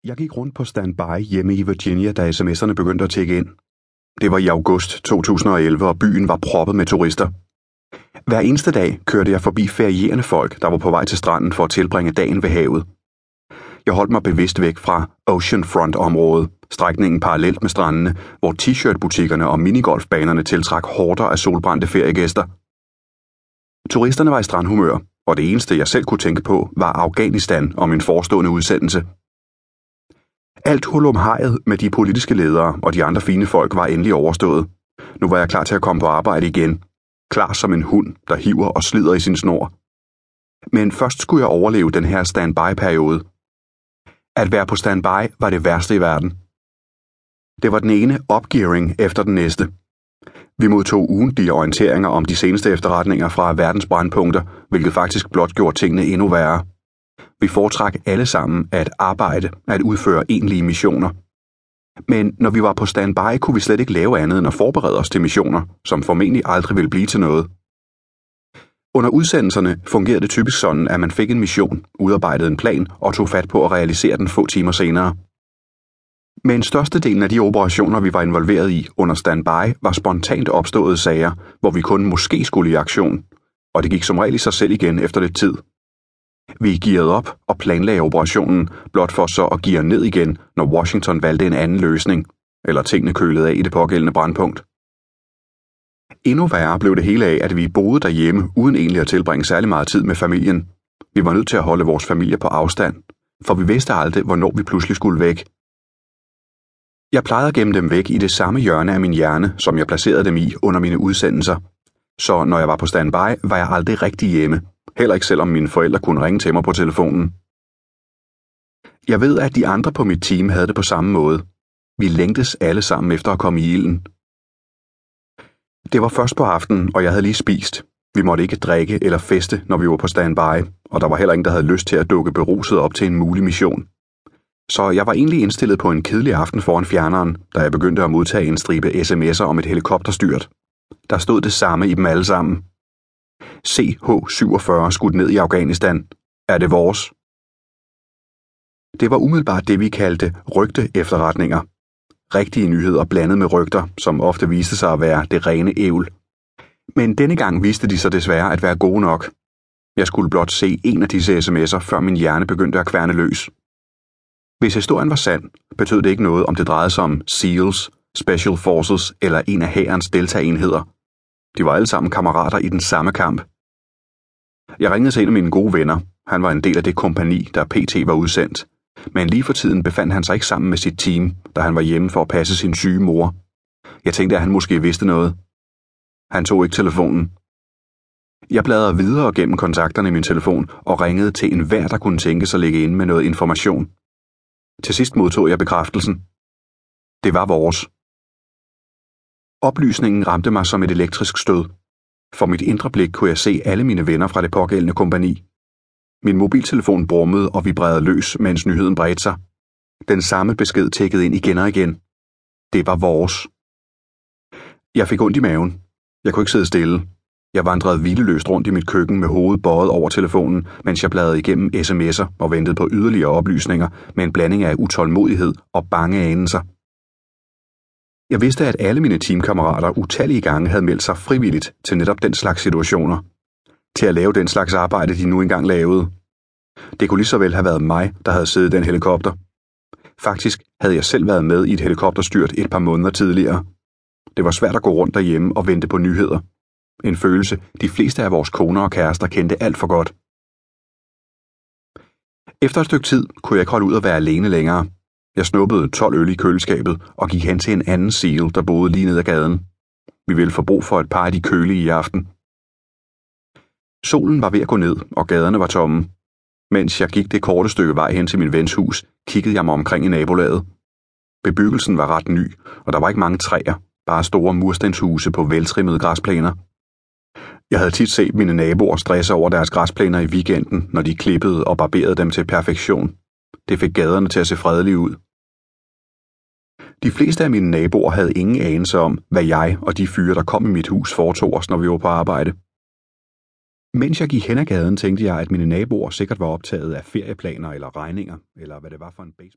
Jeg gik rundt på standby hjemme i Virginia, da sms'erne begyndte at tikke ind. Det var i august 2011, og byen var proppet med turister. Hver eneste dag kørte jeg forbi ferierende folk, der var på vej til stranden for at tilbringe dagen ved havet. Jeg holdt mig bevidst væk fra Oceanfront-området, strækningen parallelt med strandene, hvor t-shirt-butikkerne og minigolfbanerne tiltrak horder af solbrændte feriegæster. Turisterne var i strandhumør, og det eneste jeg selv kunne tænke på var Afghanistan og min forestående udsendelse. Alt hulumhejet med de politiske ledere og de andre fine folk var endelig overstået. Nu var jeg klar til at komme på arbejde igen. Klar som en hund, der hiver og slider i sin snor. Men først skulle jeg overleve den her standby-periode. At være på standby var det værste i verden. Det var den ene opgearing efter den næste. Vi modtog ugentlige orienteringer om de seneste efterretninger fra verdens brandpunkter, hvilket faktisk blot gjorde tingene endnu værre. Vi foretrak alle sammen at arbejde, at udføre egentlige missioner. Men når vi var på standby, kunne vi slet ikke lave andet end at forberede os til missioner, som formentlig aldrig ville blive til noget. Under udsendelserne fungerede det typisk sådan, at man fik en mission, udarbejdede en plan og tog fat på at realisere den få timer senere. Men størstedelen af de operationer, vi var involveret i under standby, var spontant opståede sager, hvor vi kun måske skulle i aktion, og det gik som regel i sig selv igen efter lidt tid. Vi gearede op og planlagde operationen, blot for så at geare ned igen, når Washington valgte en anden løsning, eller tingene kølede af i det pågældende brandpunkt. Endnu værre blev det hele af, at vi boede derhjemme uden egentlig at tilbringe særlig meget tid med familien. Vi var nødt til at holde vores familie på afstand, for vi vidste aldrig, hvornår vi pludselig skulle væk. Jeg plejede at gemme dem væk i det samme hjørne af min hjerne, som jeg placerede dem i under mine udsendelser. Så når jeg var på standby, var jeg aldrig rigtig hjemme. Heller ikke selvom mine forældre kunne ringe til mig på telefonen. Jeg ved, at de andre på mit team havde det på samme måde. Vi længtes alle sammen efter at komme i ilden. Det var først på aftenen, og jeg havde lige spist. Vi måtte ikke drikke eller feste, når vi var på standby, og der var heller ingen, der havde lyst til at dukke beruset op til en mulig mission. Så jeg var egentlig indstillet på en kedelig aften foran fjerneren, da jeg begyndte at modtage en stribe sms'er om et helikopterstyrt. Der stod det samme i dem alle sammen. CH-47 skudt ned i Afghanistan. Er det vores? Det var umiddelbart det, vi kaldte rygte-efterretninger. Rigtige nyheder blandet med rygter, som ofte viste sig at være det rene ævl. Men denne gang viste de sig desværre at være gode nok. Jeg skulle blot se en af disse sms'er, før min hjerne begyndte at kværne løs. Hvis historien var sand, betød det ikke noget, om det drejede sig om SEALs, Special Forces eller en af hærens deltagenheder. De var alle sammen kammerater i den samme kamp. Jeg ringede til en af mine gode venner. Han var en del af det kompagni, der PT var udsendt. Men lige for tiden befandt han sig ikke sammen med sit team, da han var hjemme for at passe sin syge mor. Jeg tænkte, at han måske vidste noget. Han tog ikke telefonen. Jeg bladrede videre gennem kontakterne i min telefon og ringede til enhver, der kunne tænke sig at ligge inde med noget information. Til sidst modtog jeg bekræftelsen. Det var vores. Oplysningen ramte mig som et elektrisk stød. For mit indre blik kunne jeg se alle mine venner fra det pågældende kompagni. Min mobiltelefon brummede og vibrerede løs, mens nyheden bredte sig. Den samme besked tækkede ind igen og igen. Det var vores. Jeg fik ondt i maven. Jeg kunne ikke sidde stille. Jeg vandrede hvileløst rundt i mit køkken med hovedet bøjet over telefonen, mens jeg bladrede igennem sms'er og ventede på yderligere oplysninger med en blanding af utålmodighed og bange anelser. Jeg vidste, at alle mine teamkammerater utallige gange havde meldt sig frivilligt til netop den slags situationer. Til at lave den slags arbejde, de nu engang lavede. Det kunne lige så vel have været mig, der havde siddet i den helikopter. Faktisk havde jeg selv været med i et helikopterstyrt et par måneder tidligere. Det var svært at gå rundt derhjemme og vente på nyheder. En følelse, de fleste af vores koner og kærester kendte alt for godt. Efter et stykke tid kunne jeg ikke holde ud at være alene længere. Jeg snuppede 12 øl i køleskabet og gik hen til en anden SEAL, der boede lige ned ad gaden. Vi ville få brug for et par af de kølige i aften. Solen var ved at gå ned, og gaderne var tomme. Mens jeg gik det korte stykke vej hen til min vens hus, kiggede jeg mig omkring i nabolaget. Bebyggelsen var ret ny, og der var ikke mange træer, bare store murstenshuse på veltrimmede græsplæner. Jeg havde tit set mine naboer stresse over deres græsplæner i weekenden, når de klippede og barberede dem til perfektion. Det fik gaderne til at se fredelige ud. De fleste af mine naboer havde ingen anelse om, hvad jeg og de fyre, der kom i mit hus, foretog os, når vi var på arbejde. Mens jeg gik hen ad gaden, tænkte jeg, at mine naboer sikkert var optaget af ferieplaner eller regninger, eller hvad det var for en base.